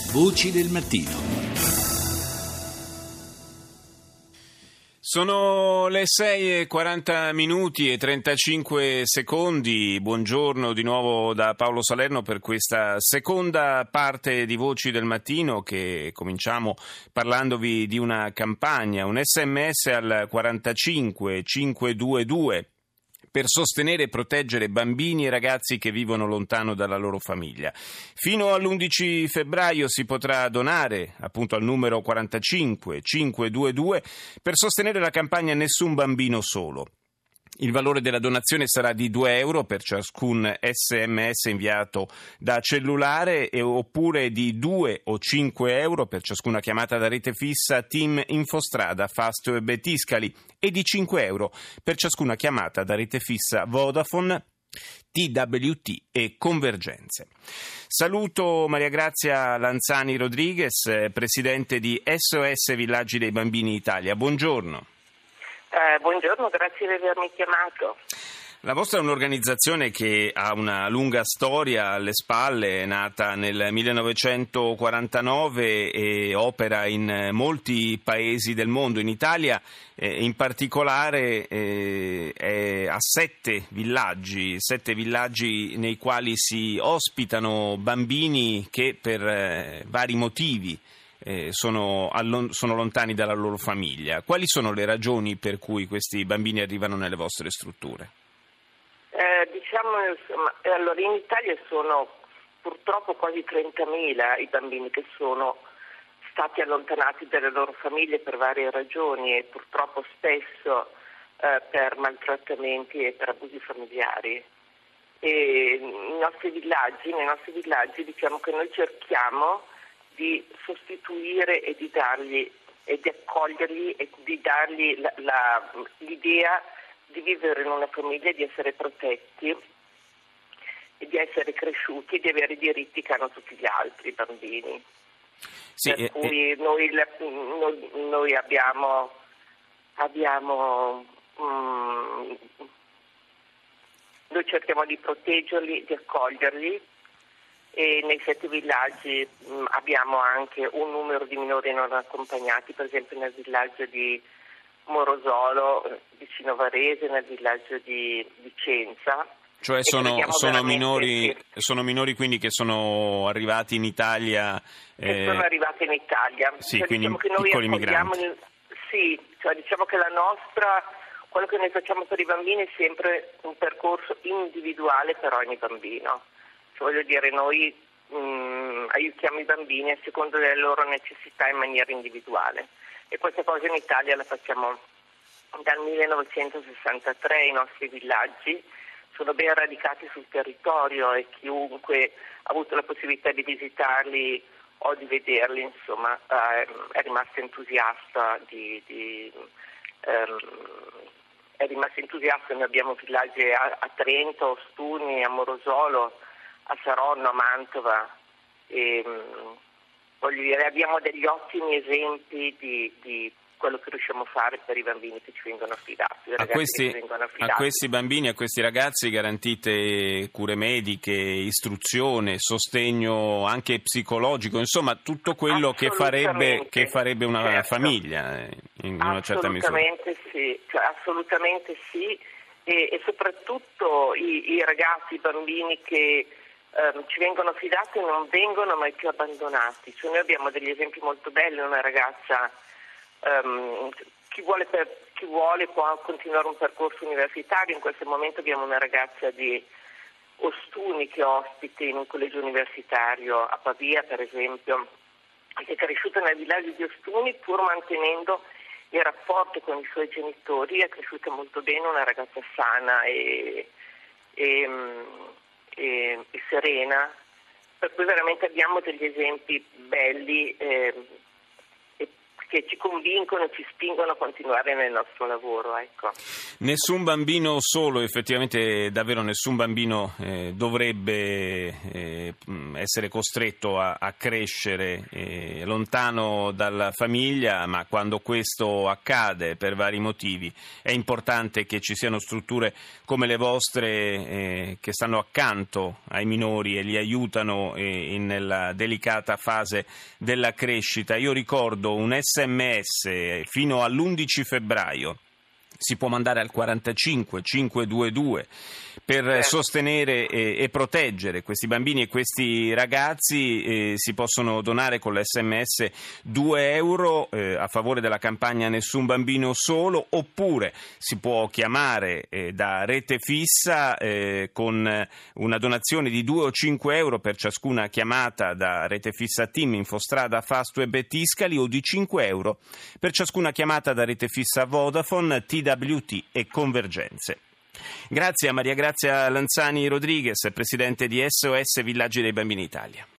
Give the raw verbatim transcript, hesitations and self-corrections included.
Voci del mattino. Sono le sei e quaranta minuti e trentacinque secondi. Buongiorno di nuovo da Paolo Salerno per questa seconda parte di Voci del Mattino, che cominciamo parlandovi di una campagna, un sms al quarantacinque cinquecentoventidue per sostenere e proteggere bambini e ragazzi che vivono lontano dalla loro famiglia. Fino all'undici febbraio si potrà donare appunto al numero quarantacinque cinquecentoventidue per sostenere la campagna Nessun bambino solo. Il valore della donazione sarà di due euro per ciascun sms inviato da cellulare e oppure di due o cinque euro per ciascuna chiamata da rete fissa Team Infostrada, Fastweb e Tiscali e di cinque euro per ciascuna chiamata da rete fissa Vodafone, T W T e Convergenze. Saluto Maria Grazia Lanzani Rodriguez, presidente di S O S Villaggi dei Bambini Italia. Buongiorno. Eh, buongiorno, grazie di avermi chiamato. La vostra è un'organizzazione che ha una lunga storia alle spalle, è nata nel millenovecentoquarantanove e opera in molti paesi del mondo. In Italia eh, in particolare eh, è a sette villaggi, sette villaggi nei quali si ospitano bambini che per eh, vari motivi Eh, sono, allon- sono lontani dalla loro famiglia. Quali sono le ragioni per cui questi bambini arrivano nelle vostre strutture? Eh, diciamo, insomma, allora in Italia sono purtroppo quasi trentamila i bambini che sono stati allontanati dalle loro famiglie per varie ragioni e purtroppo spesso eh, per maltrattamenti e per abusi familiari. E i nostri villaggi, nei nostri villaggi diciamo che noi cerchiamo di sostituire e di dargli e di accoglierli e di dargli la, la, l'idea di vivere in una famiglia, di essere protetti e di essere cresciuti e di avere i diritti che hanno tutti gli altri bambini. Sì, per eh, cui noi, noi, noi abbiamo abbiamo mm, noi cerchiamo di proteggerli, di accoglierli. E nei sette villaggi mh, abbiamo anche un numero di minori non accompagnati, per esempio nel villaggio di Morosolo, vicino Varese, nel villaggio di Vicenza. Cioè sono, sono, minori, che, sono minori quindi che sono arrivati in Italia? Che eh, sono arrivati in Italia. Sì, cioè, quindi diciamo che noi piccoli migranti. In, sì, cioè diciamo che la nostra, quello che noi facciamo per i bambini è sempre un percorso individuale per ogni bambino. Voglio dire, noi mh, aiutiamo i bambini a seconda delle loro necessità in maniera individuale e questa cosa in Italia la facciamo dal millenovecentosessantatré. I nostri villaggi sono ben radicati sul territorio e chiunque ha avuto la possibilità di visitarli o di vederli, insomma, eh, è rimasto entusiasta di, di ehm, è rimasto entusiasta. Noi abbiamo villaggi a, a Trento, a Ostuni, a Morosolo, a Saronno, a Mantova, e, mh, voglio dire, abbiamo degli ottimi esempi di, di quello che riusciamo a fare per i bambini che ci vengono affidati. A questi, che vengono affidati. a questi bambini, a questi ragazzi garantite cure mediche, istruzione, sostegno anche psicologico, insomma tutto quello che farebbe, che farebbe una certo. famiglia in una certa misura. Assolutamente sì, cioè, assolutamente sì, e, e soprattutto i, i ragazzi, i bambini che Um, ci vengono affidati non vengono mai più abbandonati. Cioè, noi abbiamo degli esempi molto belli. Una ragazza, um, chi, vuole per, chi vuole può continuare un percorso universitario. In questo momento abbiamo una ragazza di Ostuni che è ospite in un collegio universitario a Pavia, per esempio, che è cresciuta nel villaggio di Ostuni pur mantenendo il rapporto con i suoi genitori. È cresciuta molto bene, una ragazza sana e, e E, e serena, per cui veramente abbiamo degli esempi belli eh, e che ci convincono, ci spingono a continuare nel nostro lavoro. Ecco. Nessun bambino solo, effettivamente davvero nessun bambino eh, dovrebbe eh, essere costretto a, a crescere eh, lontano dalla famiglia, ma quando questo accade per vari motivi è importante che ci siano strutture come le vostre eh, che stanno accanto ai minori e li aiutano eh, nella delicata fase della crescita. Io ricordo un sms fino all'undici febbraio. Si può mandare al quarantacinque cinquecentoventidue per certo. sostenere e, e proteggere questi bambini e questi ragazzi. Eh, si possono donare con l'esse emme esse due euro eh, a favore della campagna Nessun Bambino Solo, oppure si può chiamare eh, da rete fissa eh, con una donazione di due o cinque euro per ciascuna chiamata da rete fissa Team, Infostrada, Fastweb e Tiscali, o di cinque euro per ciascuna chiamata da rete fissa Vodafone, T W T e Convergenze. Grazie a Maria Grazia Lanzani Rodriguez, presidente di S O S Villaggi dei Bambini Italia.